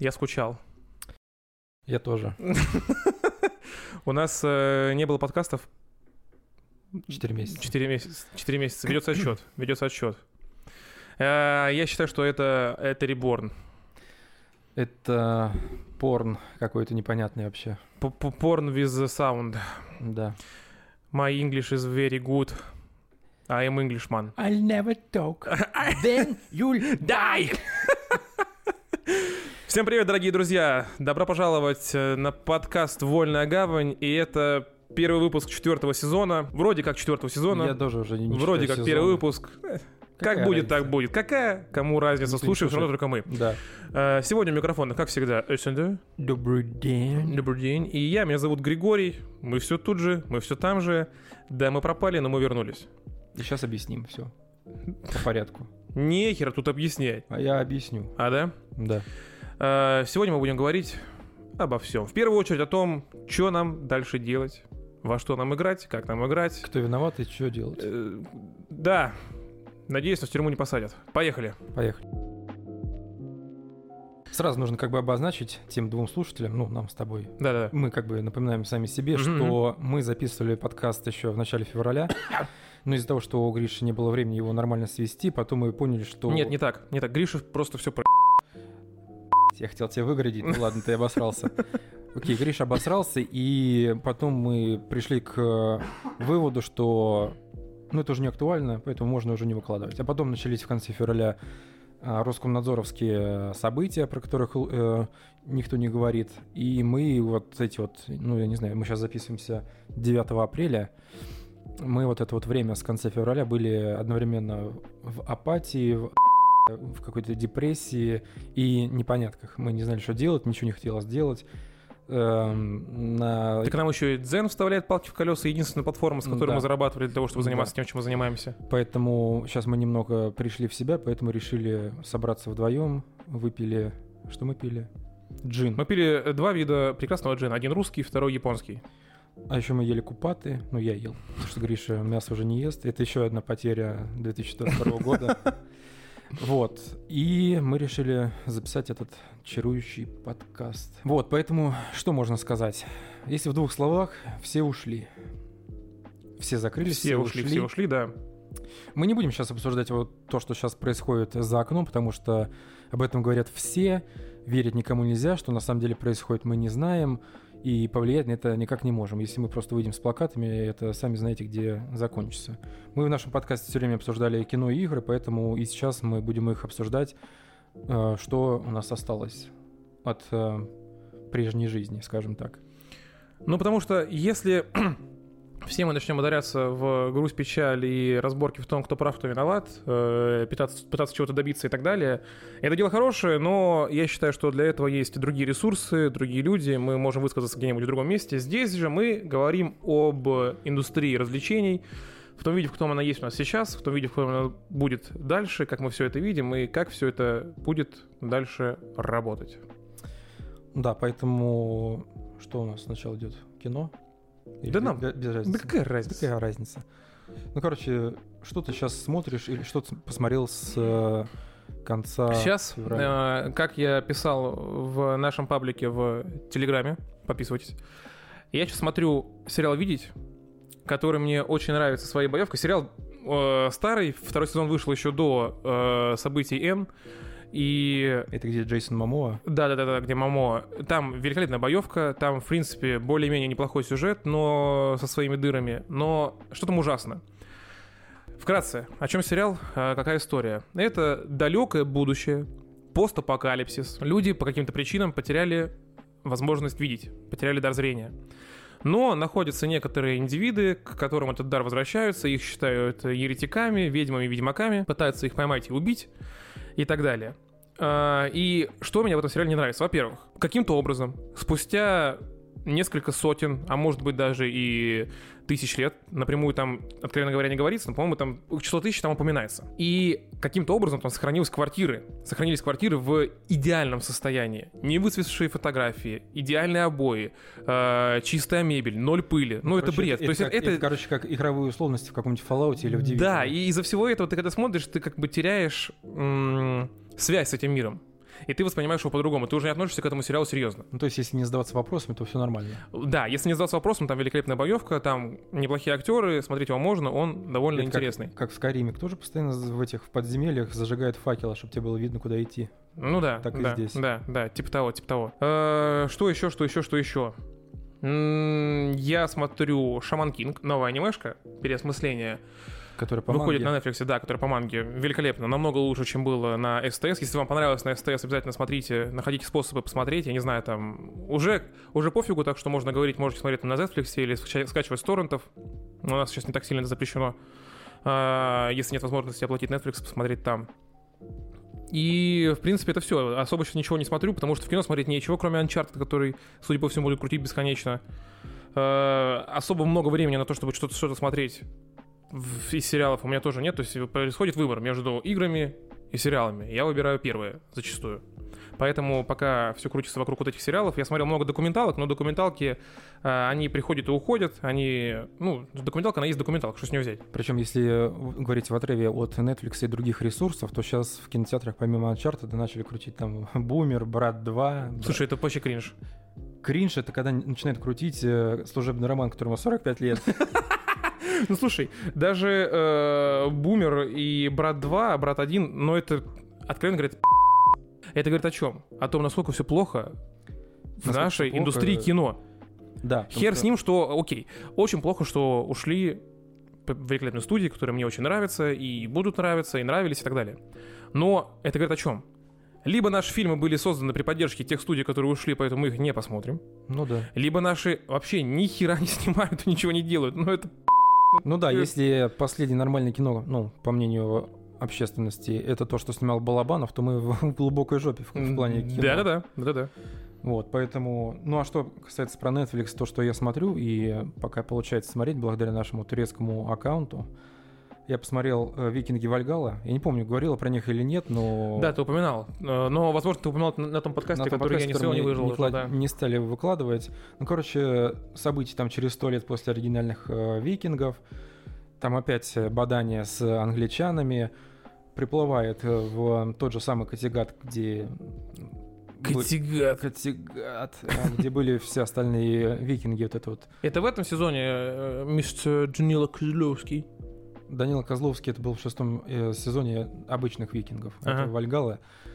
Я скучал. Я тоже. У нас не было подкастов 4 месяца. 4 месяца. Ведется отсчет. Я считаю, что это Reborn. Это порн какой-то непонятный вообще. Porn with sound. Да. My English is very good. I am Englishman. I'll never talk. Then you'll die. Всем привет, дорогие друзья! Добро пожаловать на подкаст «Вольная гавань». И это первый выпуск 4-го сезона. Вроде как 4-го сезона. Я тоже уже не Вроде как сезона. Первый выпуск. Как будет, разница? так будет. Какая? Кому разница? Слушаем все равно только мы. Да. Сегодня у микрофона, как всегда, СНД. Добрый день. Добрый день. И меня зовут Григорий. Мы все тут же, мы все там же. Да, мы пропали, но мы вернулись. И сейчас объясним все. По порядку. Нехер тут объяснять. А я объясню. А, да? Да. Сегодня мы будем говорить обо всем. В первую очередь о том, что нам дальше делать, во что нам играть, как нам играть. Кто виноват и что делать? Да. Надеюсь, нас в тюрьму не посадят. Поехали. Поехали. Сразу нужно как бы обозначить тем двум слушателям, ну, нам с тобой. Да-да. Мы как бы напоминаем сами себе, что мы записывали подкаст еще в начале февраля. Но из-за того, что у Гриши не было времени его нормально свести, потом мы поняли, что... Нет, не так. Не так. Гриша просто все про... Я хотел тебя выгородить, ну ладно, ты обосрался. Окей, Гриша обосрался, и потом мы пришли к выводу, что ну это уже не актуально, поэтому можно уже не выкладывать. А потом начались в конце февраля роскомнадзоровские события, про которых никто не говорит. И мы вот эти вот, ну я не знаю, мы сейчас записываемся 9 апреля, мы вот это вот время с конца февраля были одновременно в апатии, в какой-то депрессии и непонятках. Мы не знали, что делать, ничего не хотелось делать. Так нам еще и Дзен вставляет палки в колеса, единственная платформа, с которой мы зарабатывали для того, чтобы заниматься тем, чем мы занимаемся. Поэтому сейчас мы немного пришли в себя, поэтому решили собраться вдвоем, выпили... Что мы пили? Джин. Мы пили 2 вида прекрасного джина. Один русский, второй японский. А еще мы ели купаты. Ну, я ел, потому что Гриша мясо уже не ест. Это еще одна потеря 2022 года. Вот, и мы решили записать этот чарующий подкаст. Вот, поэтому что можно сказать? Если в 2 словах, все ушли. Все закрылись, все ушли, да. Мы не будем сейчас обсуждать вот то, что сейчас происходит за окном, потому что об этом говорят все, верить никому нельзя, что на самом деле происходит, мы не знаем. И повлиять на это никак не можем. Если мы просто выйдем с плакатами, это сами знаете, где закончится. Мы в нашем подкасте все время обсуждали кино и игры, поэтому и сейчас мы будем их обсуждать, что у нас осталось от прежней жизни, скажем так. Ну, потому что если все мы начнем ударяться в грусть, печаль и разборки в том, кто прав, кто виноват, пытаться чего-то добиться и так далее, это дело хорошее, но я считаю, что для этого есть другие ресурсы, другие люди, мы можем высказаться где-нибудь в другом месте. Здесь же мы говорим об индустрии развлечений, в том виде, в котором она есть у нас сейчас, в том виде, в котором она будет дальше, как мы все это видим и как все это будет дальше работать. Да, поэтому что у нас сначала идет? Кино? Или да нам, без разницы. Да какая разница? Какая разница? Ну, короче, что ты сейчас смотришь или что ты посмотрел с конца сейчас, февраля? Как я писал в нашем паблике в Телеграме, подписывайтесь, я сейчас смотрю сериал «Видеть», который мне очень нравится своей боевкой. Сериал старый, 2-й сезон вышел еще до событий «Н». И... Это где Джейсон Момоа? Да, где Момоа. Там великолепная боевка, там, в принципе, более-менее неплохой сюжет, но со своими дырами, но что там ужасно. Вкратце, о чем сериал, какая история? Это далекое будущее, постапокалипсис. Люди по каким-то причинам потеряли возможность видеть, потеряли дар зрения. Но находятся некоторые индивиды, к которым этот дар возвращаются, их считают еретиками, ведьмами, ведьмаками, пытаются их поймать и убить и так далее. И что мне в этом сериале не нравится? Во-первых, каким-то образом, спустя несколько сотен, а может быть даже и тысяч лет, напрямую там, откровенно говоря, не говорится, но, по-моему, там число 1000 там упоминается. И каким-то образом там сохранились квартиры в идеальном состоянии. Не выцветшие фотографии, идеальные обои, чистая мебель, 0 пыли. Ну, это бред. Это, короче, как игровые условности в каком-нибудь Fallout или в Divinity. Да, и из-за всего этого ты, когда смотришь, ты как бы теряешь связь с этим миром. и ты воспринимаешь его по-другому. Ты уже не относишься к этому сериалу серьезно. Ну, то есть, если не задаваться вопросами, то все нормально. Да, если не задаваться вопросом, там великолепная боевка, там неплохие актеры, смотреть его можно, он довольно Это интересный. Как в Скайриме, кто же постоянно в этих подземельях зажигает факелы, чтобы тебе было видно, куда идти. Ну да, Так и да, здесь. да, типа того. Что еще? Я смотрю «Шаман Кинг», новая анимешка, переосмысление. Который по Выходит манге. на Netflix, да, который по манге. Великолепно, намного лучше, чем было на СТС. Если вам понравилось на СТС, обязательно смотрите, находите способы посмотреть. Я не знаю, там уже пофигу, так что можно говорить, можете смотреть на Netflix или скачивать с торрентов. У нас сейчас не так сильно это запрещено. Если нет возможности оплатить Netflix, посмотреть там. И, в принципе, это все. Особо сейчас ничего не смотрю, потому что в кино смотреть нечего, кроме Uncharted, который, судя по всему, будет крутить бесконечно. Особо много времени на то, чтобы что-то смотреть из сериалов у меня тоже нет. То есть происходит выбор между играми и сериалами. Я выбираю первое зачастую. Поэтому пока все крутится вокруг вот этих сериалов. Я смотрел много документалок, но документалки, они приходят и уходят. Документалка, она есть документалка, что с нее взять? Причем, если говорить в отрыве от Netflix и других ресурсов, то сейчас в кинотеатрах помимо Uncharted начали крутить там «Бумер», «Брат 2». Слушай, это вообще кринж. Кринж — это когда начинают крутить служебный роман, которому 45 лет. Ну, слушай, даже «Бумер» и «Брат 2», «Брат 1», но это, откровенно говоря, это говорит о чем? О том, насколько все плохо в нашей индустрии кино. Да. Хер с ним, что, окей, очень плохо, что ушли великолепные студии, которые мне очень нравятся, и будут нравиться, и нравились, и так далее. Но это говорит о чем? Либо наши фильмы были созданы при поддержке тех студий, которые ушли, поэтому мы их не посмотрим. Ну да. Либо наши вообще ни хера не снимают и ничего не делают. Ну это... Ну да, если последнее нормальное кино, ну, по мнению общественности, это то, что снимал Балабанов, то мы в глубокой жопе в плане кино. Да. Вот, поэтому... Ну, а что касается про Netflix, то, что я смотрю, и пока получается смотреть благодаря нашему турецкому аккаунту, я посмотрел «Викинги Вальгалла». Я не помню, говорила про них или нет, но... Да, ты упоминал. Но, возможно, ты упоминал на том подкасте, который я не сделал, не выложил. Не стали выкладывать. Ну, короче, события там через 100 лет после оригинальных «Викингов». Там опять бадание с англичанами. Приплывает в тот же самый Каттегат, где... Каттегат, где были все остальные викинги. Вот это вот. Это в этом сезоне мистер Данила Козловский. Данила Козловский, это был в 6-м сезоне обычных викингов. Ага. Это Вальгалла.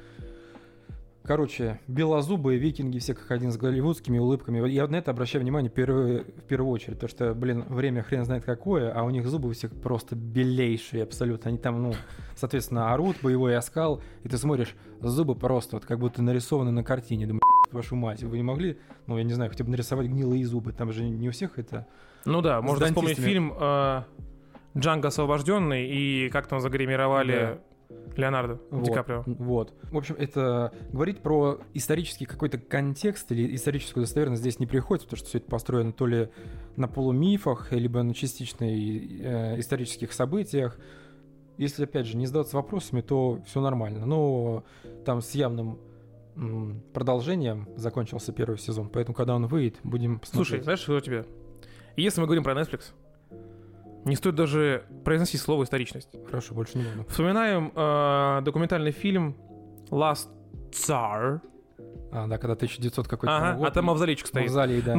Короче, белозубые викинги, все как один с голливудскими улыбками. Я на это обращаю внимание в первую очередь, потому что, время хрен знает какое, а у них зубы у всех просто белейшие абсолютно. Они там, соответственно, орут, боевой оскал, и ты смотришь, зубы просто вот как будто нарисованы на картине. Думаю, вашу мать, вы не могли, я не знаю, хотя бы нарисовать гнилые зубы? Там же не у всех это... Ну да, можно вспомнить фильм «Джанго освобожденный» и как там загримировали... Да. Леонардо Ди Каприо. Вот. В общем, это говорить про исторический какой-то контекст или историческую достоверность здесь не приходится, потому что все это построено то ли на полумифах, либо на частично исторических событиях. Если, опять же, не задаваться вопросами, то все нормально. Но там с явным продолжением закончился первый сезон, поэтому, когда он выйдет, будем посмотреть. Слушай, знаешь, что у тебя? Если мы говорим про Netflix, не стоит даже произносить слово «историчность». Хорошо, больше не буду. Вспоминаем документальный фильм «Last Tsar». Да, когда 1900 какой-то год. А там мавзолейчик стоит. Мавзолей, да. Ну,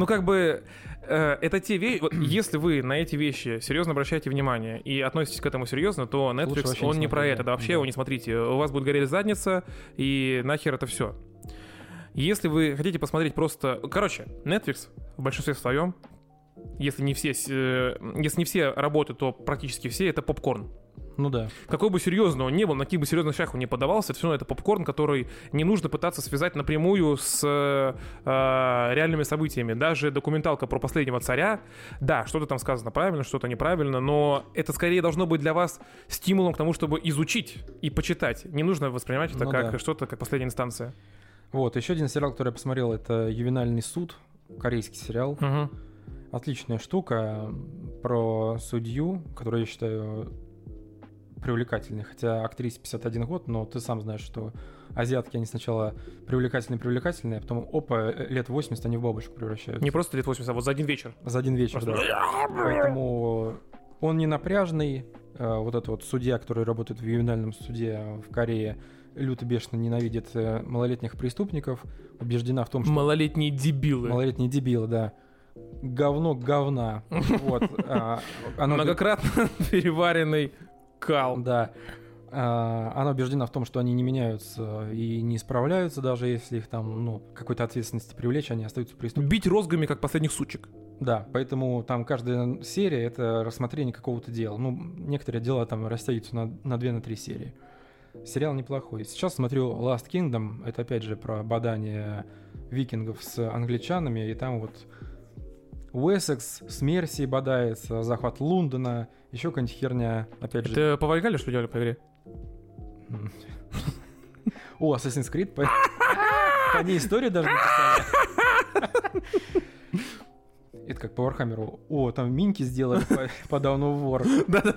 это те вещи... Если вы на эти вещи серьезно обращаете внимание и относитесь к этому серьезно, то Netflix, он не про это. Да, вообще его не смотрите. У вас будет гореть задница, и нахер это все. Если вы хотите посмотреть просто... Короче, Netflix в большинстве своем, если не все работы, то практически все, это попкорн. Ну да. Какой бы серьезный он ни был, на каких бы серьезных шагах он не подавался, это все равно это попкорн, который не нужно пытаться связать напрямую с реальными событиями. Даже документалка про последнего царя, да, что-то там сказано правильно, что-то неправильно, но это скорее должно быть для вас стимулом к тому, чтобы изучить и почитать. Не нужно воспринимать это как что-то, как последняя инстанция. Вот, еще один сериал, который я посмотрел, это «Ювенальный суд», корейский сериал. Угу. Отличная штука про судью, которую я считаю привлекательной. Хотя актрисе 51 год, но ты сам знаешь, что азиатки, они сначала привлекательные, а потом, лет 80 они в бабочку превращаются. Не просто лет 80, а вот за один вечер. За один вечер, просто... да. Поэтому он не напряжный. Вот этот вот судья, который работает в ювенальном суде в Корее, люто бешено ненавидит малолетних преступников, убеждена в том, что... Малолетние дебилы. Малолетние дебилы, да. Говно говна. Вот. Многократно переваренный кал. Да. Она убеждена в том, что они не меняются и не исправляются, даже если их там, ну, какой-то ответственности привлечь, они остаются преступниками. Бить розгами, как последних сучек. Да, поэтому там каждая серия — это рассмотрение какого-то дела. Ну, некоторые дела там растягиваются на 2-3 серии. Сериал неплохой. Сейчас смотрю Last Kingdom. Это, опять же, про бадание викингов с англичанами. И там вот Уэссекс с Мерсией бодается, захват Лондона, еще какая-нибудь херня. Опять же... Это по Вальгалле, что делали по игре? О, Assassin's Creed. По ней историю даже написали. Это как по Вархаммеру. О, там миньки сделали по Dawn of War. Да-да.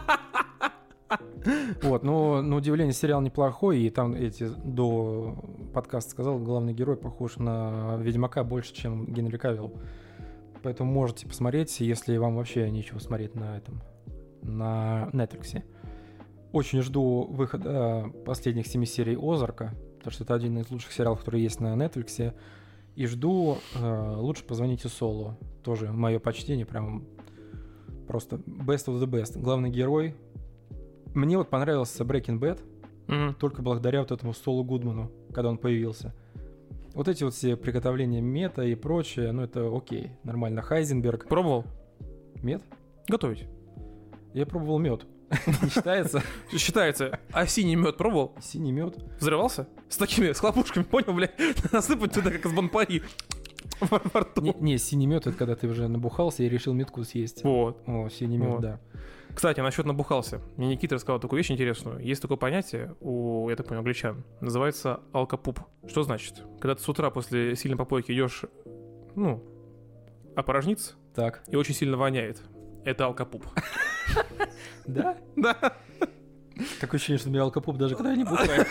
Вот, но на удивление сериал неплохой, и там до подкаста сказал, главный герой похож на Ведьмака больше, чем Генри Кавилл. Поэтому можете посмотреть, если вам вообще нечего смотреть на Netflix. Очень жду выхода последних 7 серий Озарка, потому что это один из лучших сериалов, который есть на Netflix. И жду «Лучше позвоните Солу». Тоже мое почтение, прям просто best of the best. Главный герой. Мне вот понравился Breaking Bad, только благодаря вот этому Солу Гудману, когда он появился. Вот эти вот все приготовления мета и прочее, ну это окей, нормально. Хайзенберг. Пробовал? Мет? Готовить. Я пробовал мед. Не считается? Считается. А синий мед пробовал? Синий мед. Взрывался? С такими, с хлопушками, понял, блядь? Насыпать туда, как из бонпари. Не, синий мед — это когда ты уже набухался и решил метку съесть. Вот. О, синий мед, Вот. да. Кстати, насчет набухался. Мне Никита рассказал такую вещь интересную. Есть такое понятие у, я так понял, англичан. Называется алкопуп. Что значит? Когда ты с утра после сильной попойки идешь, ну, опорожниться, Так. и очень сильно воняет. Это алкопуп. Да? Да. Такое ощущение, что у меня алкопуп даже когда я не бухаю.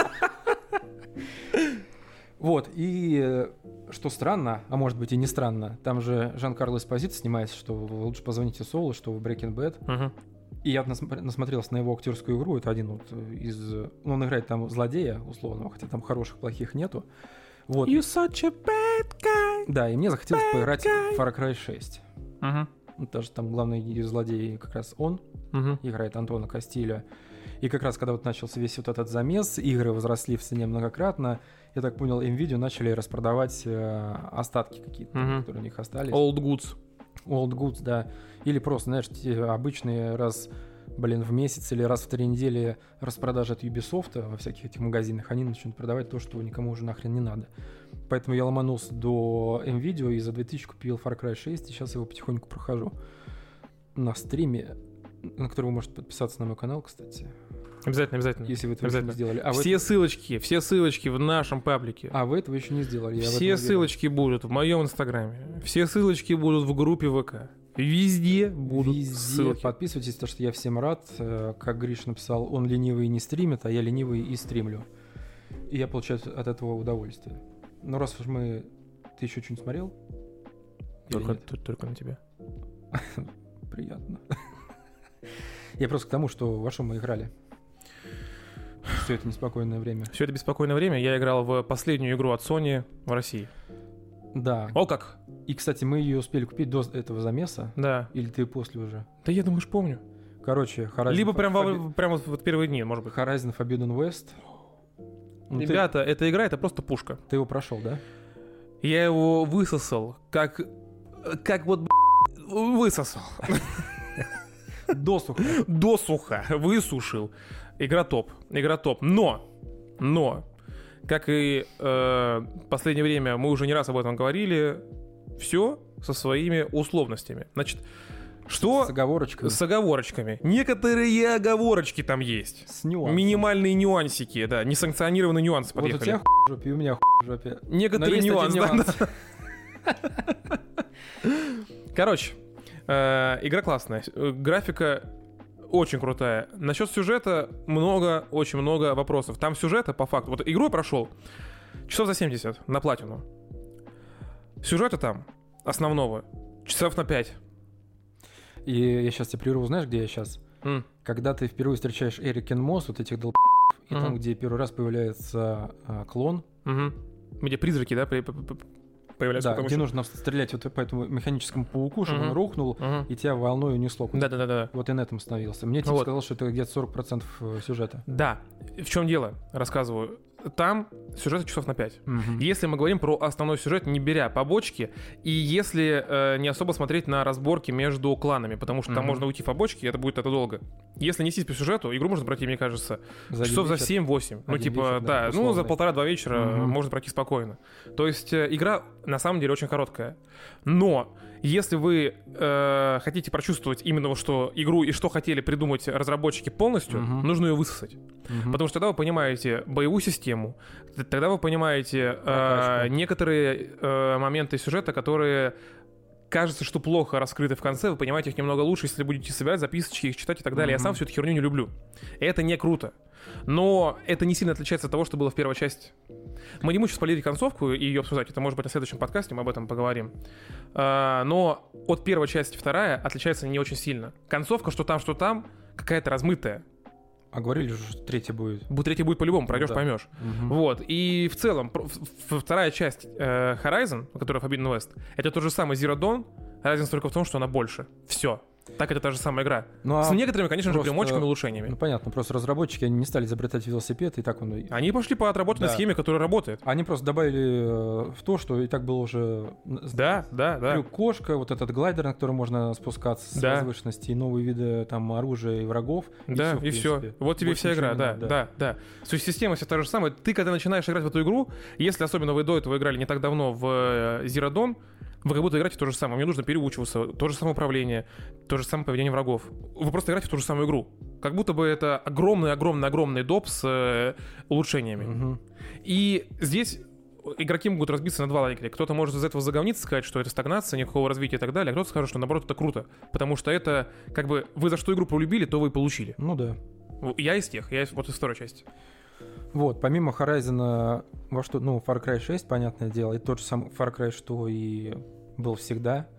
Вот, и что странно, а может быть и не странно, там же Жан-Карло Эспозито снимается, что «Лучше позвоните Солу», что в Breaking Bad. И я насмотрелся на его актерскую игру. Это один вот из... Ну, он играет там злодея, условно, хотя там хороших, плохих нету. Вот. You such a bad guy. Да, и мне захотелось поиграть в Far Cry 6. Мгм. Ну, даже там главный злодей как раз он Мгм. играет, Антона Кастильо. И как раз когда вот начался весь вот этот замес, игры возросли в цене многократно. Я так понял, NVIDIA начали распродавать остатки какие-то, Мгм. которые у них остались. Old goods. Old goods, да. Или просто, знаешь, те обычные раз, в месяц или раз в 3 недели распродажи от Ubisoft во всяких этих магазинах, они начнут продавать то, что никому уже нахрен не надо. Поэтому я ломанулся до NVIDIA и за 2000 купил Far Cry 6, и сейчас его потихоньку прохожу на стриме, на который вы можете подписаться на мой канал, кстати, Обязательно, обязательно. если вы этого еще не сделали. Все ссылочки в нашем паблике. А вы этого еще не сделали. Я в этом Все уверен. ссылочки будут в моем инстаграме. Все ссылочки будут в группе ВК. Везде будут Везде ссылки. подписывайтесь, потому что я всем рад. Как Гриш написал, он ленивый не стримит, а я ленивый и стримлю. И я получаю от этого удовольствие. Ну, раз уж мы... Ты еще что-нибудь смотрел? Или нет? Только на тебя. Приятно. Я просто к тому, что во что мы играли. Все это неспокойное время. Все это беспокойное время. Я играл в последнюю игру от Sony в России. Да. О, как? И, кстати, мы ее успели купить до этого замеса. Да. Или ты после уже? Да я думаю, помню. Короче, Horizon... Либо прям вот первые дни, может быть. Horizon Forbidden West. Ну, Ребята, эта игра — это просто пушка. Ты его прошел, да? Я его высосал, как вот высосал. Досуха. Досуха высушил. Игра топ. Но, как и в последнее время мы уже не раз об этом говорили, все со своими условностями. Значит, что... С оговорочками. С оговорочками. Некоторые оговорочки там есть. С нюансами. Минимальные нюансики, да, несанкционированные нюансы Вот у подъехали. тебя в жопе, и у меня в жопе. Некоторые Но есть один нюансы, нюанс. Короче, игра классная. Графика очень крутая. Насчет сюжета очень много вопросов. Там сюжета, по факту... Вот игру я прошел часов за 70 на платину. Сюжета там, основного, часов на 5. И я сейчас тебя прерву, знаешь, где я сейчас? Когда ты впервые встречаешь Эрикен Мосс, вот этих и там, где первый раз появляется клон. Где призраки, да, появляются. Да, где нужно стрелять вот по этому механическому пауку, чтобы он рухнул, и тебя волной унесло. Да. Вот и на этом остановился. Мне тип сказал, что это где-то 40% сюжета. Да. В чем дело? Рассказываю. Там сюжет часов на 5. Если мы говорим про основной сюжет, не беря побочки, и если не особо смотреть на разборки между кланами, потому что там можно уйти в побочки, и это будет долго. Если нестись по сюжету, игру можно пройти, мне кажется, часов за 7-8. Ну, типа, вечер, да, условно. за 1,5-2 вечера можно пройти спокойно. То есть игра на самом деле очень короткая. Но если вы хотите прочувствовать именно что игру и что хотели придумать разработчики полностью, нужно ее высосать. Потому что тогда вы понимаете боевую систему, тогда вы понимаете некоторые моменты сюжета, которые кажется, что плохо раскрыты в конце, вы понимаете их немного лучше, если будете собирать записочки, их читать и так далее. Я сам всю эту херню не люблю. Это не круто. Но это не сильно отличается от того, что было в первой части. Мы не будем сейчас спойлерить концовку и ее обсуждать. Это может быть на следующем подкасте, мы об этом поговорим. Но от первой части вторая отличается не очень сильно. Концовка, что там, какая-то размытая. А говорили же, что третья будет. Третья будет по-любому, пройдешь, поймешь. Вот. И в целом, вторая часть Horizon, которая Forbidden West, это тот же самый Zero Dawn, разница только в том, что она больше. Все. Так это та же самая игра. С некоторыми, конечно же, примочками и улучшениями. Ну, понятно, просто разработчики они не стали изобретать велосипед, и так он... Они пошли по отработанной схеме, которая работает. Они просто добавили в то, что и так было уже... Да. Крюк-кошка, вот этот глайдер, на который можно спускаться с возвышенности, и новые виды там оружия и врагов. Да, и все. Вот тебе вся игра, да. То есть система вся та же самая. Ты, когда начинаешь играть в эту игру, если особенно вы до этого играли не так давно в Zero Dawn, вы как будто играете в то же самое. Мне нужно переучиваться. То же самое управление, то же самое поведение врагов. Вы просто играете в ту же самую игру. Как будто бы это огромный доп с улучшениями. И здесь игроки могут разбиться на два лагеря. Кто-то может из этого заговниться, сказать, что это стагнация, никакого развития и так далее, а кто-то скажет, что наоборот это круто. Потому что это, как бы, вы за что игру полюбили, то вы и получили. Ну да. Я из тех, я вот из второй части. Вот, помимо Horizon, Far Cry 6, понятное дело, и тот же самый Far Cry, что и был всегда.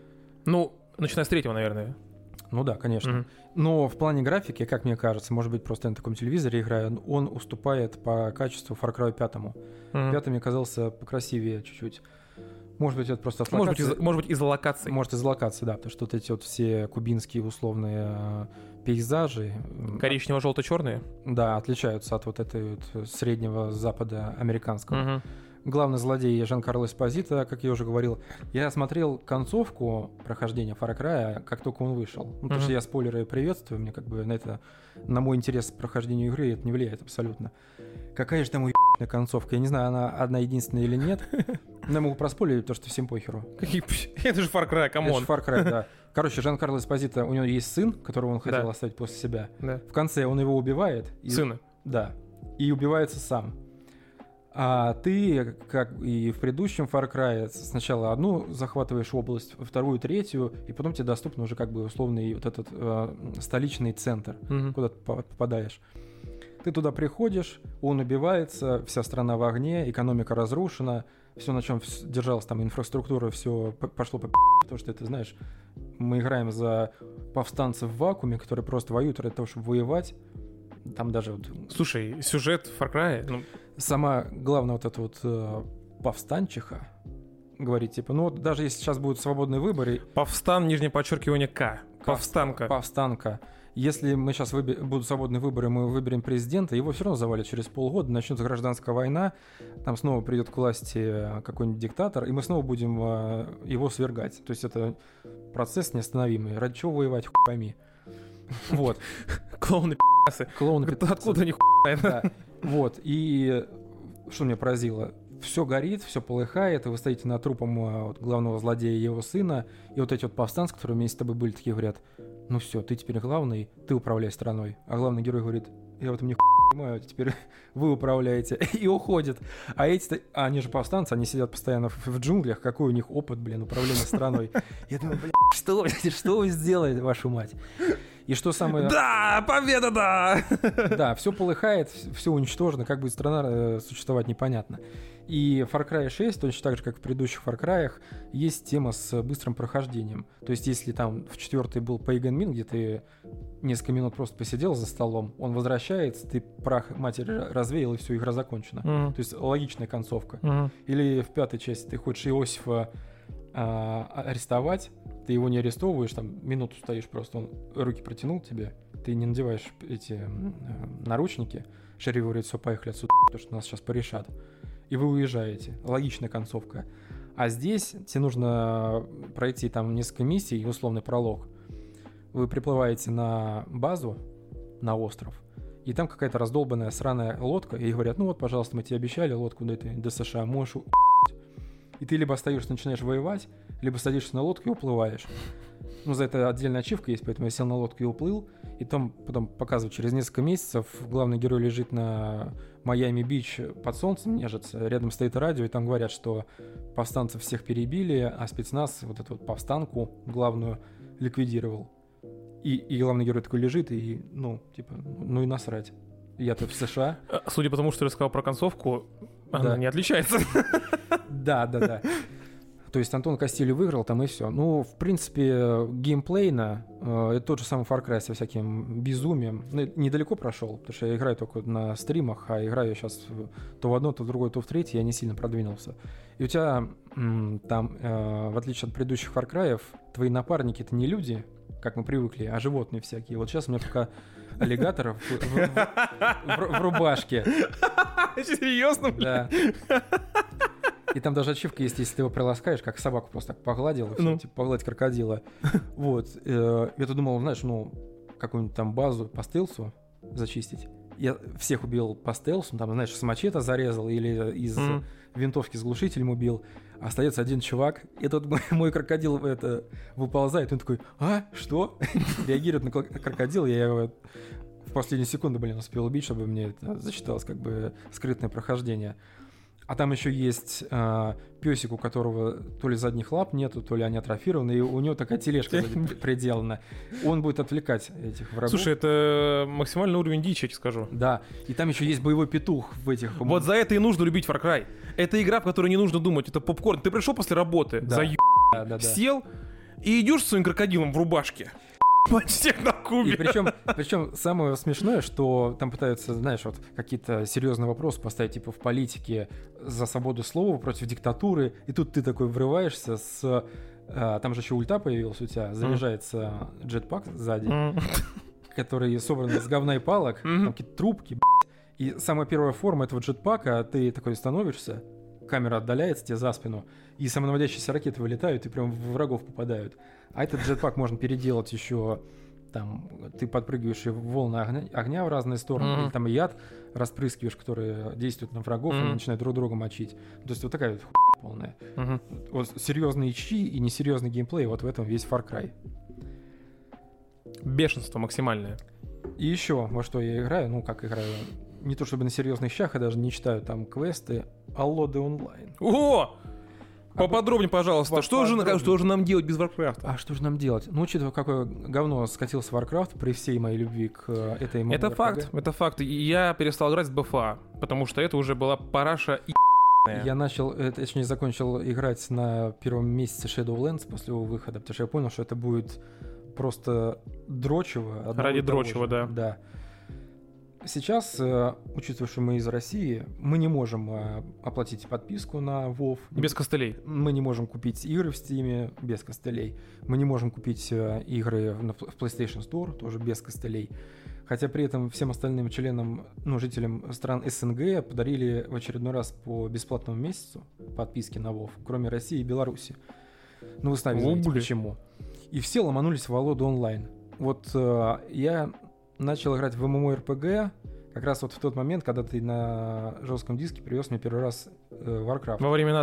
Ну, начиная с третьего, наверное. Ну да, конечно. Но в плане графики, как мне кажется, может быть, просто я на таком телевизоре играю, он уступает по качеству Far Cry 5. Пятый мне казался покрасивее чуть-чуть. Может быть, это просто от локации. Может быть, из-за локации. Может, из-за локации, да, потому что вот эти вот все кубинские условные пейзажи... Коричнево-желто-черные? Да, отличаются от вот этой вот среднего запада американского. Главный злодей Жан-Карло Эспозито, как я уже говорил. Я смотрел концовку прохождения Far Cry, как только он вышел. Ну, потому что я спойлеры приветствую, мне как бы на мой интерес к прохождению игры это не влияет абсолютно. Какая же там уебанная концовка? Я не знаю, она одна единственная или нет. Но я могу проспойлерить, потому что всем похеру. Это же Far Cry, камон. Это же Far Cry, да. Короче, Жан-Карло Эспозито, у него есть сын, которого он хотел оставить после себя. В конце он его убивает. Сына? Да. И убивается сам. А ты, как и в предыдущем Far Cry, сначала одну захватываешь область, вторую, третью, и потом тебе доступен уже как бы условный вот этот столичный центр, куда ты попадаешь. Ты туда приходишь, он убивается, вся страна в огне, экономика разрушена, все, на чем держалась там инфраструктура, все пошло по потому что, ты знаешь, мы играем за повстанцев в вакууме, которые просто воюют ради того, чтобы воевать. Там даже вот... Слушай, сюжет Far Cry... Сама главная вот эта вот повстанчиха говорит, типа, ну вот даже если сейчас будут свободные выборы... Повстан, нижнее подчеркивание, К. Повстанка. Повстанка. Если мы сейчас будут свободные выборы, мы выберем президента, его все равно завалят через полгода, начнется гражданская война, там снова придет к власти какой-нибудь диктатор, и мы снова будем его свергать. То есть это процесс неостановимый. Ради чего воевать, хуй пойми. Вот. Клоуны откуда они да. Вот. И что меня поразило? Все горит, все полыхает, и вы стоите над трупом главного злодея и его сына, и вот эти вот повстанцы, которые вместе с тобой были, такие говорят, ну все, ты теперь главный, ты управляй страной. А главный герой говорит, я в этом не понимаю, теперь вы управляете, и уходит. А эти, они же повстанцы, они сидят постоянно в джунглях, какой у них опыт, управления страной. Я думаю, что вы сделали, вашу мать? И что самое... Да, победа, да! Да, все полыхает, все уничтожено, как будет страна существовать, непонятно. И Far Cry 6, точно так же, как в предыдущих Far Cry'ах, есть тема с быстрым прохождением. То есть, если там в 4-й был Pagan Min, где ты несколько минут просто посидел за столом, он возвращается, ты прах матери развеял, и все, игра закончена. То есть, логичная концовка. Или в 5-й части ты хочешь Иосифа арестовать, ты его не арестовываешь, там минуту стоишь просто, он руки протянул тебе, ты не надеваешь эти наручники, шериф говорит, все, поехали отсюда, потому что нас сейчас порешат. И вы уезжаете. Логичная концовка. А здесь тебе нужно пройти там несколько миссий и условный пролог. Вы приплываете на базу, на остров, и там какая-то раздолбанная сраная лодка, и говорят, ну вот, пожалуйста, мы тебе обещали лодку до США, можешь и ты либо остаешься, начинаешь воевать, либо садишься на лодку и уплываешь. Ну, за это отдельная ачивка есть, поэтому я сел на лодку и уплыл. И там потом показывают, через несколько месяцев главный герой лежит на Майами-Бич под солнцем, нежится, рядом стоит радио, и там говорят, что повстанцев всех перебили, а спецназ вот эту вот повстанку главную ликвидировал. И главный герой такой лежит, и, ну, типа, ну и насрать. Я-то в США. Судя по тому, что ты рассказал про концовку, она не отличается. Да. То есть Антон Кастильо выиграл там и все. Ну, в принципе, геймплейно это тот же самый Far Cry со всяким безумием. Ну, недалеко прошел, потому что я играю только на стримах, а играю сейчас то в одно, то в другое, то в третье, я не сильно продвинулся. И у тебя там, в отличие от предыдущих Far Cry'ев, твои напарники — это не люди, как мы привыкли, а животные всякие. Вот сейчас у меня пока аллигатор в рубашке. Серьезно? Да. И там даже ачивка есть, если ты его приласкаешь, как собаку просто так погладил, типа погладить крокодила. Вот. Я-то думал, знаешь, ну, какую-нибудь там базу по стелсу зачистить. Я всех убил по стелсу, там, знаешь, с мачете зарезал или из винтовки с глушителем убил. Остается один чувак, и тут мой крокодил выползает, он такой, что? Реагирует на крокодила, я его в последнюю секунду, успел убить, чтобы мне это зачиталось как бы скрытное прохождение. А там еще есть песик, у которого то ли задних лап нету, то ли они атрофированы, и у него такая тележка приделана. Он будет отвлекать этих врагов. Слушай, это максимальный уровень дичи, я тебе скажу. Да, и там еще есть боевой петух в этих... Вот за это и нужно любить Far Cry. Это игра, в которой не нужно думать, это попкорн. Ты пришел после работы, сел и идешь с своим крокодилом в рубашке. Всех на кубе. И причем самое смешное, что там пытаются, знаешь, вот какие-то серьезные вопросы поставить, типа в политике за свободу слова против диктатуры, и тут ты такой врываешься с... Там же еще ульта появилась у тебя, заряжается джетпак сзади, который собран из говна и палок, там какие-то трубки, и самая первая форма этого джетпака, ты такой становишься, камера отдаляется тебе за спину, и самонаводящиеся ракеты вылетают и прям в врагов попадают. А этот джетпак можно переделать еще, там, ты подпрыгиваешь и волны огня в разные стороны, или там яд распрыскиваешь, который действует на врагов, и они начинают друг друга мочить. То есть вот такая вот хуйня полная. Вот серьезные чи и несерьезный геймплей, вот в этом весь Far Cry. Бешенство максимальное. И еще, во что я играю, ну как играю, не то чтобы на серьезных щах, я даже не читаю там квесты, Аллоды онлайн. О! Поподробнее, пожалуйста. Что же нам делать без Warcraft? А что же нам делать? Ну, учитывая, какое говно скатился Warcraft при всей моей любви к этой MMORPG. Это факт. Я перестал играть с БФА, потому что это уже была параша и... Я точнее, закончил играть на первом месяце Shadowlands после его выхода, потому что я понял, что это будет просто дрочево. Ради дрочева, да. Сейчас, учитывая, что мы из России, мы не можем оплатить подписку на WoW. Без костылей. Мы не можем купить игры в Steam без костылей. Мы не можем купить игры в PlayStation Store тоже без костылей. Хотя при этом всем остальным членам, жителям стран СНГ подарили в очередной раз по бесплатному месяцу подписки на WoW, кроме России и Беларуси. Ну, вы сами знаете, почему. И все ломанулись в Аллоду онлайн. Вот я начал играть в MMORPG как раз вот в тот момент, когда ты на жестком диске привез мне первый раз Warcraft. Во времена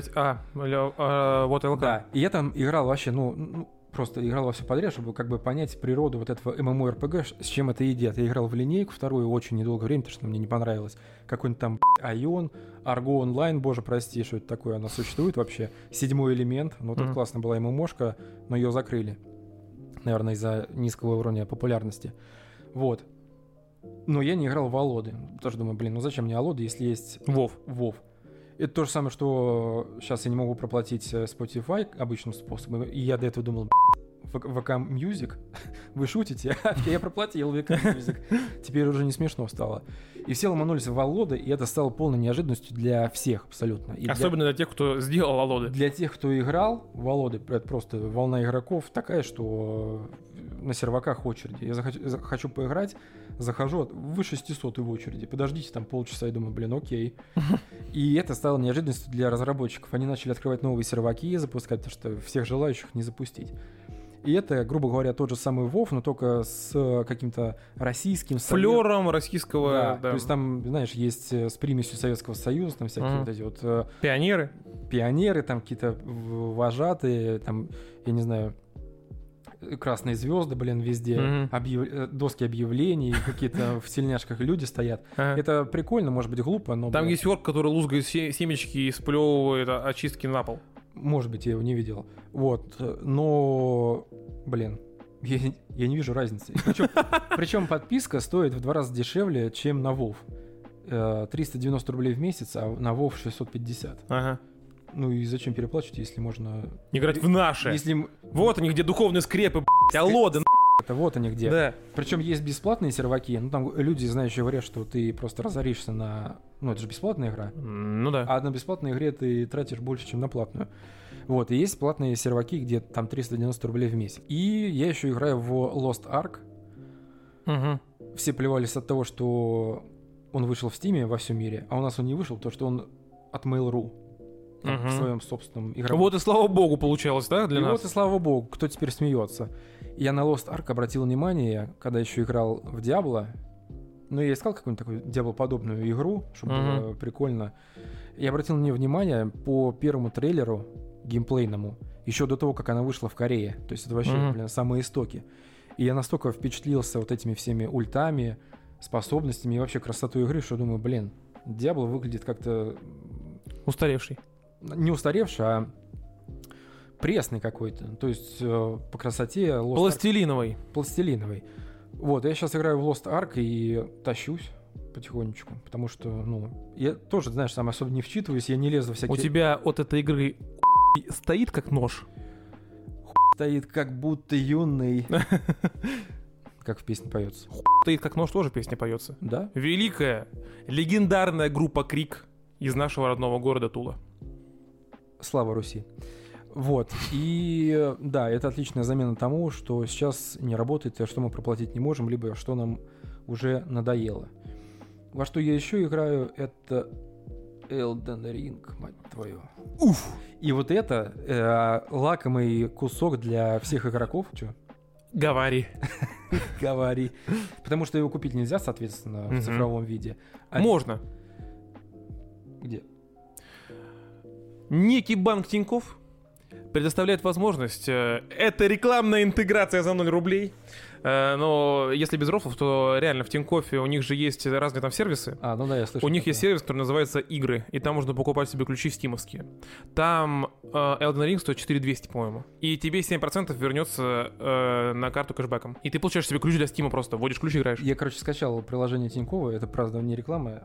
3.3.5 вот ЛК. Да, и я там играл вообще, просто играл во все подряд, чтобы как бы понять природу вот этого MMORPG, с чем это едят. Я играл в линейку вторую очень недолгое время, потому что мне не понравилось. Какой-нибудь там Айон, Арго онлайн, боже прости, что это такое, она существует вообще. 7-й элемент, тут классно была ММОшка, но ее закрыли. Наверное, из-за низкого уровня популярности. Вот. Но я не играл в Аллоды. Тоже думаю, зачем мне Аллоды, если есть WoW. Это то же самое, что сейчас я не могу проплатить Spotify обычным способом, и я до этого думал, VK Music, вы шутите? Я проплатил VK Music. Теперь уже не смешно стало. И все ломанулись в Аллоды, и это стало полной неожиданностью для всех абсолютно. И особенно для тех, кто сделал Аллоды. Для тех, кто играл в Аллоды, это просто волна игроков такая, что на серваках очереди. Я хочу поиграть, захожу, вы 600 в очереди, подождите там полчаса, и думаю, блин, окей. И это стало неожиданностью для разработчиков. Они начали открывать новые серваки и запускать, потому что всех желающих не запустить. И это, грубо говоря, тот же самый WoW, но только с каким-то российским... флером российского... Да, да. то есть там, знаешь, есть с примесью Советского Союза, там всякие вот эти вот... Пионеры, там какие-то вожатые, там, я не знаю, красные звезды, блин, везде, доски объявлений, какие-то в тельняшках люди стоят. Это прикольно, может быть, глупо, но... Там есть орк, который лузгает семечки и сплевывает очистки на пол. Может быть, я его не видел. Вот. Но, блин, я не вижу разницы. Причем подписка стоит в 2 раза дешевле, чем на WoW. 390 рублей в месяц, а на WoW 650. Ага. Ну и зачем переплачивать, если можно... Играть в наши. Если... Вот они, где духовные скрепы, Аллоды, Это вот они где. Да. Причем есть бесплатные серваки, ну там люди, знающие, говорят, что ты просто разоришься на... Ну это же бесплатная игра. Ну да. А на бесплатной игре ты тратишь больше, чем на платную. Вот, и есть платные серваки, где там 390 рублей в месяц. И я еще играю в Lost Ark. Угу. Все плевались от того, что он вышел в Steam во всем мире, а у нас он не вышел, потому что он от Mail.ru. В своем собственном игровом. Вот и слава богу получалось, да, для нас? Вот и слава богу, кто теперь смеется. Я на Lost Ark обратил внимание, когда еще играл в Diablo. Ну, я искал какую-нибудь такую Diablo-подобную игру, чтобы было прикольно. Я обратил на нее внимание по первому трейлеру геймплейному, еще до того, как она вышла в Корее. То есть это вообще, блин, самые истоки. И я настолько впечатлился вот этими всеми ультами, способностями и вообще красотой игры, что думаю, блин, Diablo выглядит как-то... Устаревший. Не устаревший, а пресный какой-то. То есть по красоте... Пластилиновый. Пластилиновый. Вот, я сейчас играю в Lost Ark и тащусь потихонечку, потому что, ну, я тоже, знаешь, сам особо не вчитываюсь, я не лезу во всякие... У тебя от этой игры стоит как нож? Стоит как будто юный... Как в песне поется. Стоит как нож, тоже песня поется. Да? Великая, легендарная группа Крик из нашего родного города Тула. Слава Руси. Вот. И да, это отличная замена тому, что сейчас не работает, и что мы проплатить не можем, либо что нам уже надоело. Во что я еще играю, это Elden Ring, мать твою. Уф! И вот это лакомый кусок для всех игроков. Че? Говори. Говори. Потому что его купить нельзя, соответственно, в цифровом виде. Можно. Где? Некий банк Тинькофф предоставляет возможность. Это рекламная интеграция за 0 рублей. Но если без рофлов, то реально в Тинькоффе у них же есть разные там сервисы. Ну да, я слышал. У них есть сервис, который называется «Игры», и там можно покупать себе ключи стимовские. Там Elden Ring стоит 4200, по-моему. И тебе 7% вернется на карту кэшбэком. И ты получаешь себе ключ для стима просто. Вводишь ключ и играешь. Я, скачал приложение Тинькова, это, правда, не реклама.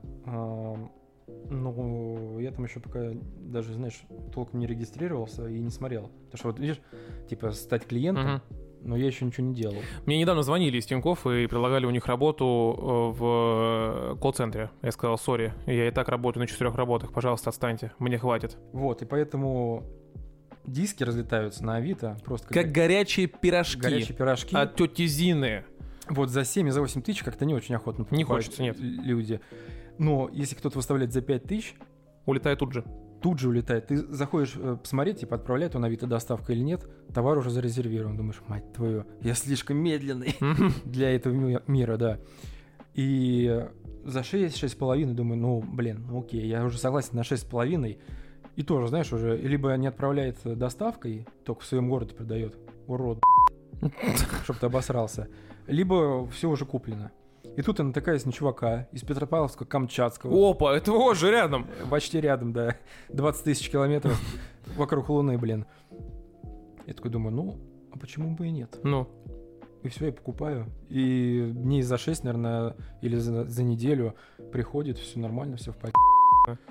Но я там еще пока даже, знаешь, толком не регистрировался и не смотрел. Потому что вот, видишь, типа стать клиентом, но я еще ничего не делал. Мне недавно звонили из Тинькофф и предлагали у них работу в колл-центре. Я сказал, сори, я и так работаю на 4 работах, пожалуйста, отстаньте, мне хватит. Вот, и поэтому диски разлетаются на Авито просто как горячие пирожки. Горячие пирожки. От тети Зины. Вот за 7 и за 8 тысяч как-то не очень охотно покупают. Не хочется, нет. Люди. Но если кто-то выставляет за 5 тысяч... Улетает тут же. Тут же улетает. Ты заходишь посмотреть, типа, отправляет он Авито доставка или нет, товар уже зарезервирован. Думаешь, мать твою, я слишком медленный для этого мира, да. И за 6-6,5 думаю, ну, блин, ну окей, я уже согласен на 6,5. И тоже, знаешь, уже либо не отправляет доставкой, только в своем городе продает, урод, чтоб ты обосрался, либо все уже куплено. И тут я натыкаюсь на чувака из Петропавловска-Камчатского. Опа, это уже рядом. Почти рядом, да. 20 тысяч километров вокруг Луны, блин. Я такой думаю, ну, а почему бы и нет? Ну. И все, я покупаю. И дней за 6, наверное, или за неделю приходит, все нормально, все в порядке.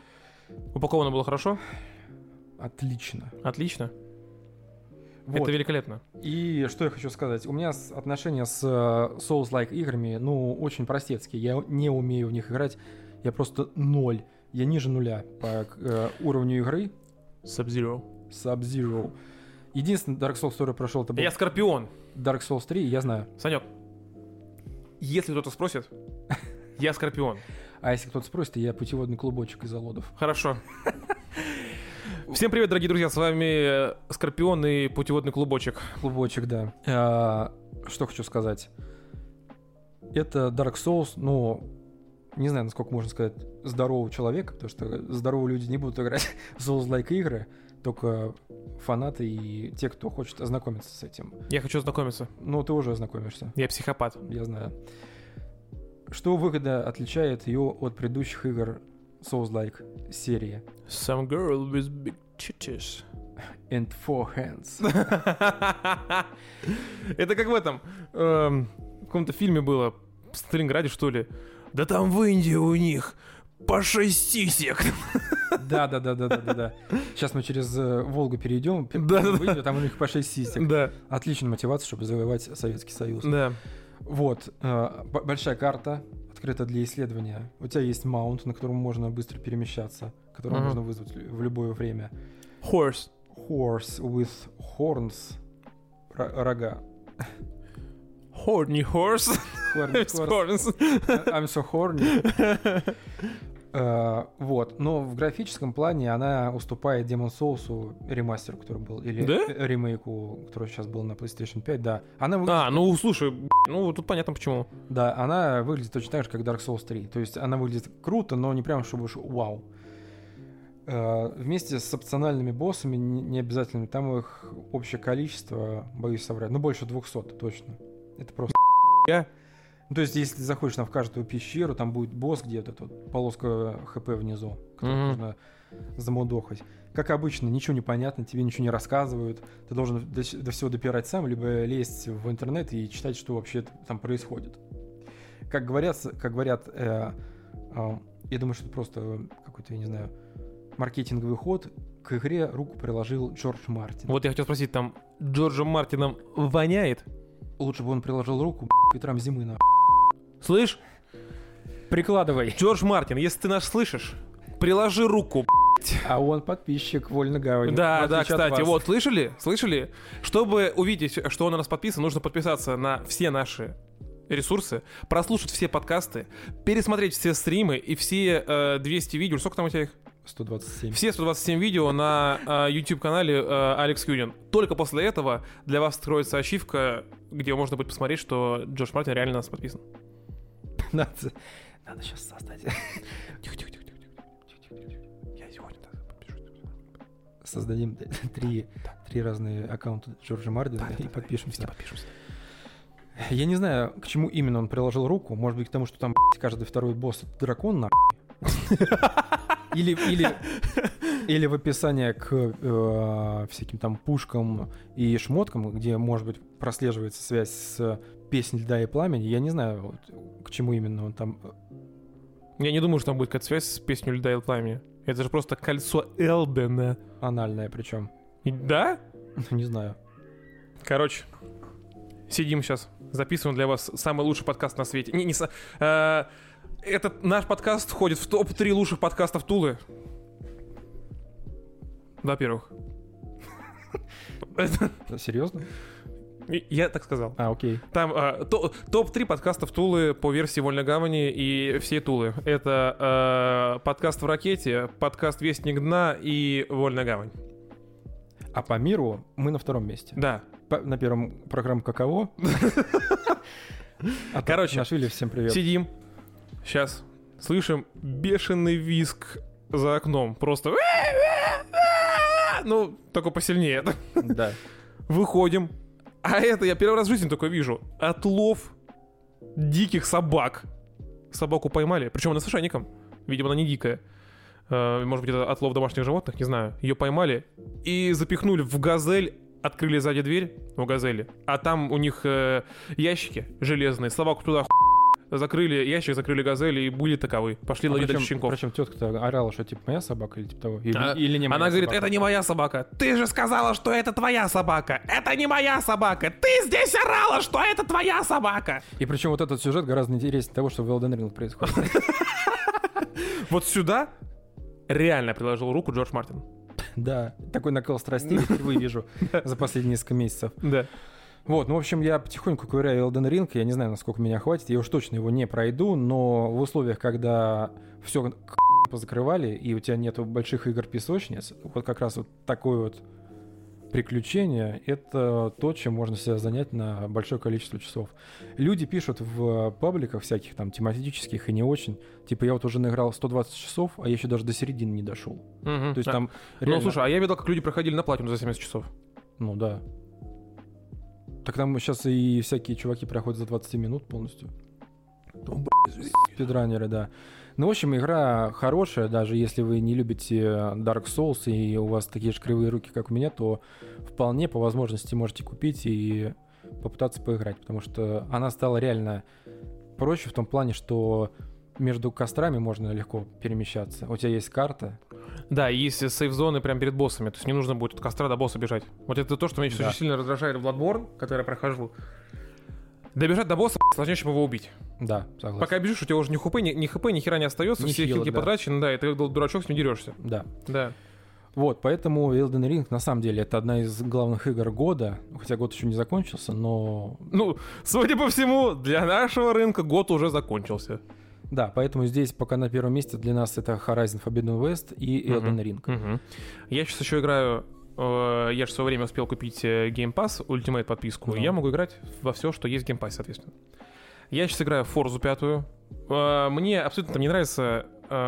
Упаковано было хорошо? Отлично. Отлично. Вот. Это великолепно. И что я хочу сказать. У меня отношения с Souls-like играми, очень простецкие. Я не умею в них играть. Я просто 0. Я ниже 0 по уровню игры. Sub-Zero. Единственный Dark Souls, который прошел, это был Я Скорпион. Dark Souls 3, я знаю. Санек, если кто-то спросит, я Скорпион. А если кто-то спросит, я путеводный клубочек из Олодов. Хорошо. Всем привет, дорогие друзья, с вами Скорпион и путеводный клубочек. Клубочек, да. Что хочу сказать. Это Dark Souls, не знаю, насколько можно сказать, здорового человека, потому что здоровые люди не будут играть в Souls-like игры, только фанаты и те, кто хочет ознакомиться с этим. Я хочу ознакомиться. Ты уже ознакомишься. Я психопат. Я знаю. Что выгодно отличает ее от предыдущих игр Souls-like серии? Some girl with big titties. And 4 hands. Это как в этом, в каком-то фильме было, в Сталинграде, что ли. Да там в Индии у них по 6 сисек. Да. Сейчас мы через Волгу перейдем. Да. Там у них по 6 сисек. Да. Отличная мотивация, чтобы завоевать Советский Союз. Да. Вот. Большая карта, открыта для исследования. У тебя есть маунт, на котором можно быстро перемещаться, которого можно вызвать в любое время. Horse with horns. Рога. Horny horse. I'm so horny. Вот. Но в графическом плане она уступает Demon's Souls ремастеру, который был, или ремейку, который сейчас был на PlayStation 5, да. Она выглядит... слушай, тут понятно почему. Да, она выглядит точно так же, как Dark Souls 3. То есть она выглядит круто, но не прям, чтобы уж вау. Вместе с опциональными боссами, не обязательно, там их общее количество, боюсь соврать, больше 200 точно. Это просто... То есть, если ты заходишь в каждую пещеру, там будет босс где-то, тут полоска ХП внизу, которую нужно замудохать. Как обычно, ничего не понятно, тебе ничего не рассказывают. Ты должен до всего допирать сам, либо лезть в интернет и читать, что вообще там происходит. Как говорят, я думаю, что это просто какой-то, я не знаю, маркетинговый ход. К игре руку приложил Джордж Мартин. Вот я хотел спросить, там Джорджем Мартином воняет? Лучше бы он приложил руку ветрам зимы, на. Слышь? Прикладывай. Джордж Мартин, если ты нас слышишь, приложи руку, А он подписчик Вольной гавани. Да, кстати, вот, слышали? Чтобы увидеть, что он на нас подписан, нужно подписаться на все наши ресурсы, прослушать все подкасты, пересмотреть все стримы и все 200 видео. Сколько там у тебя их? 127. Все 127 видео на YouTube-канале Алекс Юдин. Только после этого для вас откроется ачивка, где можно будет посмотреть, что Джордж Мартин реально на нас подписан. Надо сейчас создать. Тихо. Я сегодня подпишусь. Создадим три разные аккаунта Джорджа Мартина и подпишемся. Я не знаю, к чему именно он приложил руку. Может быть, к тому, что там каждый второй босс — дракон, нахуй. Или в описании к всяким там пушкам и шмоткам, где, может быть, прослеживается связь с песней «Льда и пламени». Я не знаю, к чему именно он там... Я не думаю, что там будет какая-то связь с песней «Льда и пламени». Это же просто кольцо Элбена. Анальное причем. Да? Не знаю. Короче, сидим сейчас, записываем для вас самый лучший подкаст на свете. Этот наш подкаст входит в топ-3 лучших подкастов Тулы. Во-первых. Серьезно? Я так сказал. Окей. Там топ-3 подкастов Тулы по версии Вольной гавани и всей Тулы. Это подкаст в ракете, подкаст Вестник дна и Вольная гавань. А по миру мы на втором месте. Да. На первом программа «Каково». Короче, Нашвили, всем привет. Сидим. Сейчас слышим бешеный визг за окном. Просто... только посильнее. Да. Выходим. А это я первый раз в жизни такое вижу. Отлов диких собак. Собаку поймали. Причем она с ошейником. Видимо, она не дикая. Может быть, это отлов домашних животных, не знаю. Ее поймали и запихнули в газель. Открыли сзади дверь у газели. А там у них ящики железные. Собаку туда закрыли ящик, закрыли газель и были таковы. Пошли ловить дальше щенков. Причем тетка-то орала, что типа моя собака или типа того. Или не моя Она говорит, собака. это не моя собака. Ты же сказала, что это твоя собака. Это не моя собака. Ты здесь орала, что это твоя собака. И причем вот этот сюжет гораздо интереснее того, что в Elden Ring происходит. Вот сюда реально приложил руку Джордж Мартин. Да, такой накал страстей впервые вижу за последние несколько месяцев. Да. Вот, ну, в общем, я потихоньку ковыряю Elden Ring, я не знаю, насколько меня хватит, я уж точно его не пройду, но в условиях, когда все позакрывали, и у тебя нету больших игр-песочниц, вот как раз вот такое вот приключение — это то, чем можно себя занять на большое количество часов. Люди пишут в пабликах всяких там тематических и не очень, типа я вот уже наиграл 120 часов, а я еще даже до середины не дошел. То есть там реально... Ну, слушай, а я видел, как люди проходили на платину за 70 часов. Ну да. Так там сейчас и всякие чуваки проходят за 20 минут полностью. Спидранеры, да. Ну, в общем, игра хорошая, даже если вы не любите Dark Souls и у вас такие же кривые руки, как у меня, то вполне по возможности можете купить и попытаться поиграть, потому что она стала реально проще в том плане, что между кострами можно легко перемещаться. У тебя есть карта. Да, есть сейф-зоны прямо перед боссами, то есть не нужно будет от костра до босса бежать. Вот это то, что меня сейчас очень сильно раздражает в Bloodborne, который я прохожу. Добежать до босса сложнее, чем его убить. Да, согласен. Пока бежишь, у тебя уже ни хп, ни хера не остается, все хилки потрачены, да, и ты дурачок с ним дерешься. Да. Да. Вот, поэтому Elden Ring, на самом деле, это одна из главных игр года, хотя год еще не закончился, но... Ну, судя по всему, для нашего рынка год уже закончился. Да, поэтому здесь пока на первом месте для нас это Horizon Forbidden West и Elden Ring. Я сейчас еще играю... Я же в свое время успел купить Game Pass, Ultimate подписку, и я могу играть во все, что есть в Game Pass, соответственно. Я сейчас играю в Forza 5. Мне абсолютно там не нравится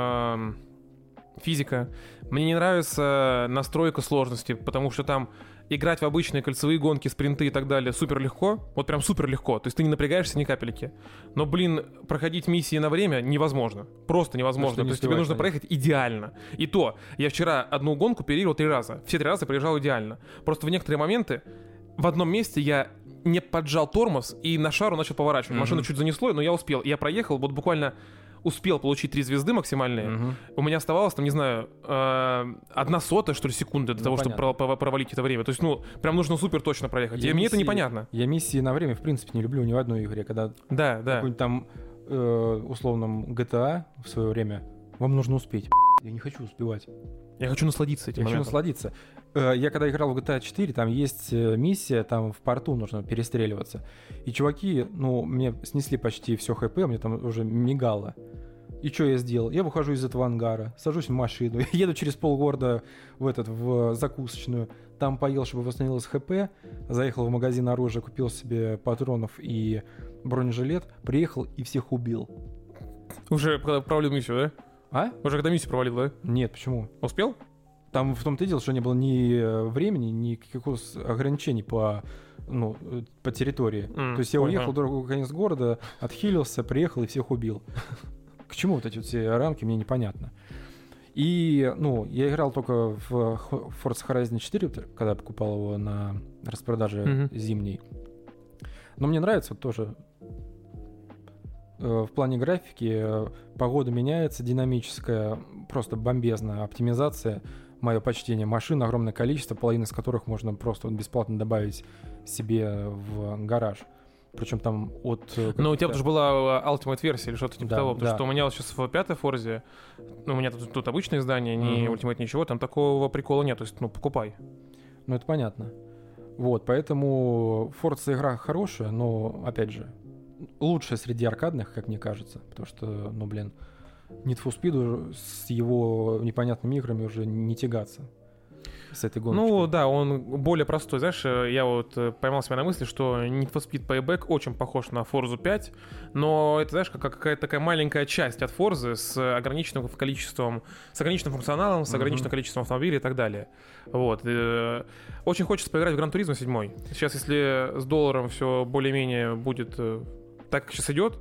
физика. Мне не нравится настройка сложности, потому что там играть в обычные кольцевые гонки, спринты и так далее супер легко. Вот прям супер легко. То есть ты не напрягаешься ни капельки. Но, блин, проходить миссии на время невозможно. Просто невозможно. То есть тебе нужно проехать идеально. И то, я вчера одну гонку переиграл 3 раза. Все 3 раза проезжал идеально. Просто в некоторые моменты в одном месте я не поджал тормоз и на шару начал поворачивать. Машину чуть занесло, но я успел. Я проехал, вот буквально успел получить 3 звезды максимальные. У меня оставалось, там, не знаю, 1/100, что ли, секунды до того, чтобы провалить это время. То есть, ну, прям нужно супер точно проехать. И мне это непонятно. Я миссии на время, в принципе, не люблю ни в одной игре. Когда да. какой-нибудь там условном GTA в свое время вам нужно успеть. Я не хочу успевать. Я хочу насладиться этим моментом. Я хочу насладиться. Я когда играл в GTA 4, там есть миссия, там в порту нужно перестреливаться. И чуваки, ну, мне снесли почти все хп, мне там уже мигало. И что я сделал? Я выхожу из этого ангара, сажусь в машину, еду через полгорода в закусочную, там поел, чтобы восстановилось хп, заехал в магазин оружия, купил себе патронов и бронежилет, приехал и всех убил. Уже когда провалил миссию, да? А? Уже когда миссию провалил, да? Нет, почему? Успел? Там в том-то и дело, что не было ни времени, ни каких-то ограничений по территории. То есть я уехал в другой конец города, отхилился, приехал и всех убил. К чему вот эти вот все рамки, мне непонятно. И, я играл только в Forza Horizon 4, когда покупал его на распродаже зимней. Но мне нравится вот тоже в плане графики. Погода меняется, динамическая, просто бомбезная оптимизация. Мое почтение. Машин огромное количество, половина из которых можно просто бесплатно добавить себе в гараж. Причем там от... Ну, у тебя тоже была Ultimate версия или что-то типа того, потому что у меня вот сейчас в 5-й Forza, у меня тут обычное издание, не Ultimate ничего, там такого прикола нет, то есть, покупай. Ну, это понятно. Вот, поэтому Forza игра хорошая, но, опять же, лучшая среди аркадных, как мне кажется, потому что, Need for Speed с его непонятными играми уже не тягаться. С этой гоночкой. Ну да, он более простой. Знаешь, я вот поймал себя на мысли, что Need for Speed Payback очень похож на Forza 5, но это, знаешь, какая-то такая маленькая часть от Forza с ограниченным количеством, с ограниченным функционалом, с ограниченным количеством автомобилей и так далее. Вот. Очень хочется поиграть в Gran Turismo 7. Сейчас, если с долларом все более-менее будет так, как сейчас идет,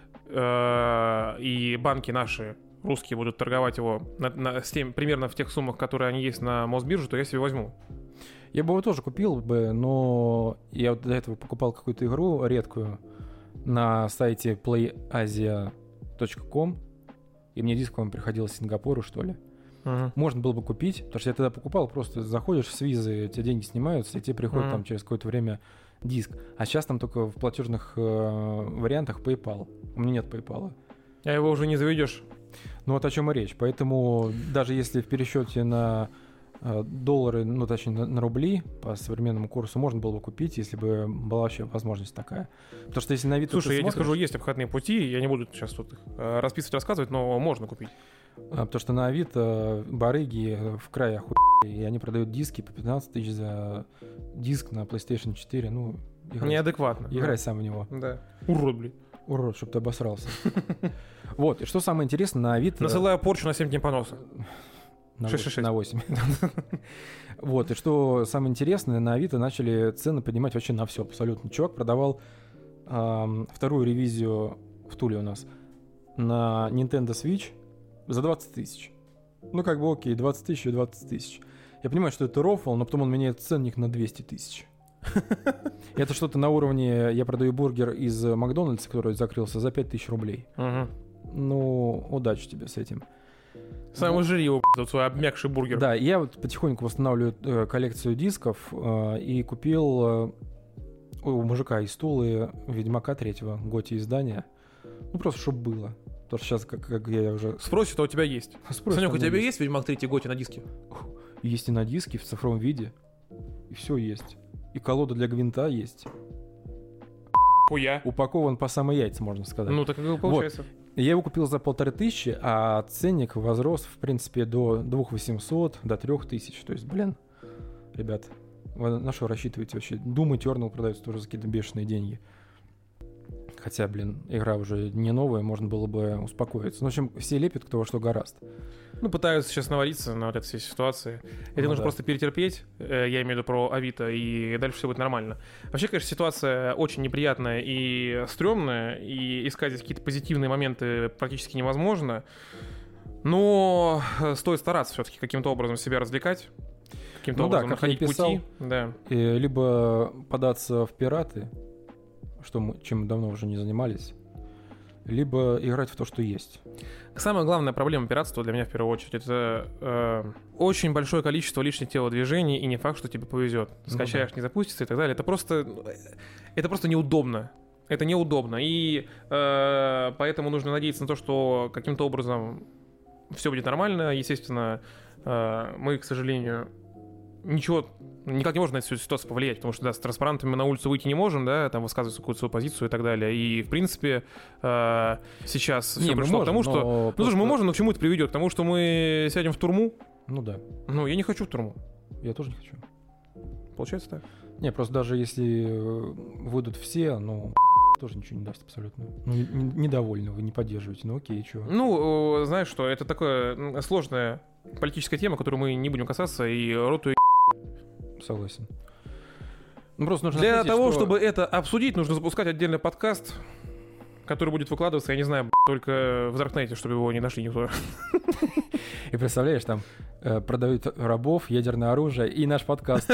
и банки наши русские будут торговать его примерно в тех суммах, которые они есть на Мосбирже, то я себе возьму. Я бы его тоже купил бы, но я вот до этого покупал какую-то игру редкую, на сайте playasia.com, и мне диск, по-моему, приходил из Сингапура, что ли. Можно было бы купить, потому что я тогда покупал, просто заходишь с визы, у тебя деньги снимаются, и тебе приходит там через какое-то время диск. А сейчас там только в платежных вариантах PayPal. У меня нет PayPal. А его уже не заведешь. Ну вот о чем и речь. Поэтому даже если в пересчете на доллары, ну точнее на рубли по современному курсу можно было бы купить, если бы была вообще возможность такая. Потому что если на Авито... Слушай, я тебе скажу, есть обходные пути, я не буду сейчас тут их расписывать, рассказывать, но можно купить. Потому что на Авито барыги в крае охуели, и они продают диски по 15 тысяч за диск на PlayStation 4. Ну, неадекватно. Играй сам в него. Да. Урод, блин. Урод, чтоб ты обосрался. Вот, и что самое интересное, на Авито... Насылаю порчу на 7 дней поноса. 666. На 8. Вот, и что самое интересное, на Авито начали цены поднимать вообще на все абсолютно. Чувак продавал вторую ревизию в Туле у нас на Nintendo Switch за 20 тысяч. Ну, как бы окей, 20 тысяч и 20 тысяч. Я понимаю, что это рофл, но потом он меняет ценник на 200 тысяч. Это что-то на уровне... Я продаю бургер из Макдональдса, который закрылся, за 5000 рублей. Ну, удачи тебе с этим. Самый жри его, свой обмякший бургер. Да, я вот потихоньку восстанавливаю коллекцию дисков и купил у мужика из Тулы Ведьмака 3-го, Готи издания. Ну, просто чтобы было. Потому что сейчас, как я уже... Спросит, а у тебя есть. Санек, у тебя есть Ведьмак 3 Готи на диске? Есть и на диске, в цифровом виде. И все есть. И колода для гвинта есть. Хуя. Упакован по самые яйца, можно сказать. Ну, так и получается. Вот. Я его купил за 1500, а ценник возрос, в принципе, до 2800, до 3000. То есть, блин, ребят, вы на что рассчитываете вообще? Doom Eternal продается тоже за какие-то бешеные деньги. Хотя, блин, игра уже не новая, можно было бы успокоиться. Ну, в общем, все лепят, кто во что гораст. Ну, пытаются сейчас навалиться на вот этой всей ситуации. Это нужно просто перетерпеть, я имею в виду про Авито, и дальше все будет нормально. Вообще, конечно, ситуация очень неприятная и стрёмная, и искать здесь какие-то позитивные моменты практически невозможно. Но стоит стараться все-таки каким-то образом себя развлекать, каким-то образом находить пути. Да. Либо податься в пираты, чем мы давно уже не занимались, либо играть в то, что есть. Самая главная проблема пиратства для меня в первую очередь это очень большое количество лишних телодвижений, и не факт, что тебе повезет. Скачаешь, не запустится и так далее. Это просто неудобно. Это неудобно. И поэтому нужно надеяться на то, что каким-то образом все будет нормально. Естественно, мы, к сожалению, никак не можем на эту ситуацию повлиять, потому что, да, с транспарантами на улицу выйти не можем, да, там высказывать какую-то свою позицию и так далее. И, в принципе, сейчас все пришло к тому, что... Ну, слушай, мы можем, но к чему это приведет? К тому, что мы сядем в турму? Ну, да. Ну, я не хочу в турму. Я тоже не хочу. Получается так? Не, просто даже если выйдут все, ну, тоже ничего не даст абсолютно. Ну, недовольны вы, не поддерживаете, ну окей, чего. Ну, знаешь что, это такая сложная политическая тема, которую мы не будем касаться, и роту. Согласен. Ну, просто нужно для того, чтобы это обсудить, нужно запускать отдельный подкаст, который будет выкладываться, я не знаю, только в Даркнете, чтобы его не нашли никто. И представляешь, там продают рабов, ядерное оружие и наш подкаст.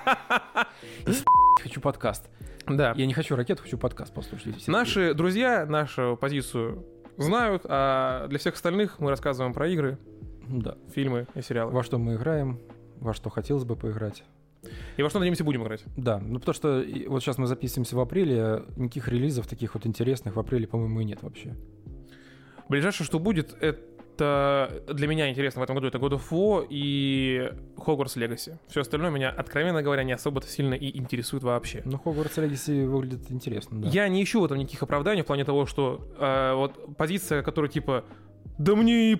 Хочу подкаст. Да. Я не хочу ракету, хочу подкаст послушать. Наши друзья нашу позицию знают, а для всех остальных мы рассказываем про игры, да, фильмы и сериалы. Во что мы играем, во что хотелось бы поиграть. И во что, надеемся, будем играть. Да, ну потому что вот сейчас мы записываемся в апреле, никаких релизов таких вот интересных в апреле, по-моему, и нет вообще. Ближайшее, что будет, это для меня интересно в этом году, это God of War и Hogwarts Legacy. Все остальное меня, откровенно говоря, не особо-то сильно и интересует вообще. Ну, Hogwarts Legacy выглядит интересно, да. Я не ищу в этом никаких оправданий в плане того, что вот позиция, которая типа «Да мне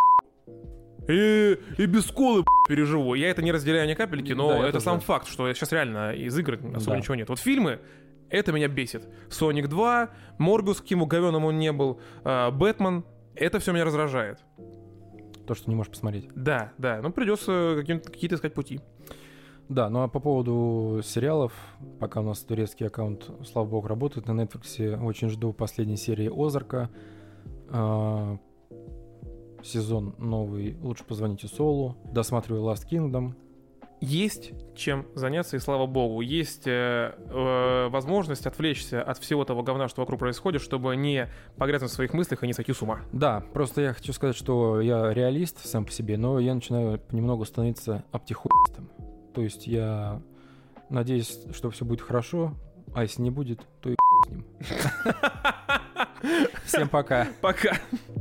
и без школы переживу». Я это не разделяю ни капельки, но да, это сам факт, что сейчас реально из игр особо ничего нет. Вот фильмы, это меня бесит. Соник 2, Морбиус, каким говёным он не был, Бэтмен, это все меня раздражает. То, что не можешь посмотреть. Да, ну придется какие-то искать пути. Да, ну а по поводу сериалов, пока у нас турецкий аккаунт, слава богу, работает на Netflix, очень жду последней серии Озарка. Сезон новый «Лучше позвоните Солу», досматриваю Last Kingdom есть чем заняться, и слава богу. Есть возможность отвлечься от всего того говна, что вокруг происходит, чтобы не погрязнуть в своих мыслях и не сойти с ума. Да, просто я хочу сказать, что я реалист сам по себе, но я начинаю понемногу становиться оптихуистом. То есть я надеюсь, что все будет хорошо, а если не будет, то и с ним. Всем пока. Пока.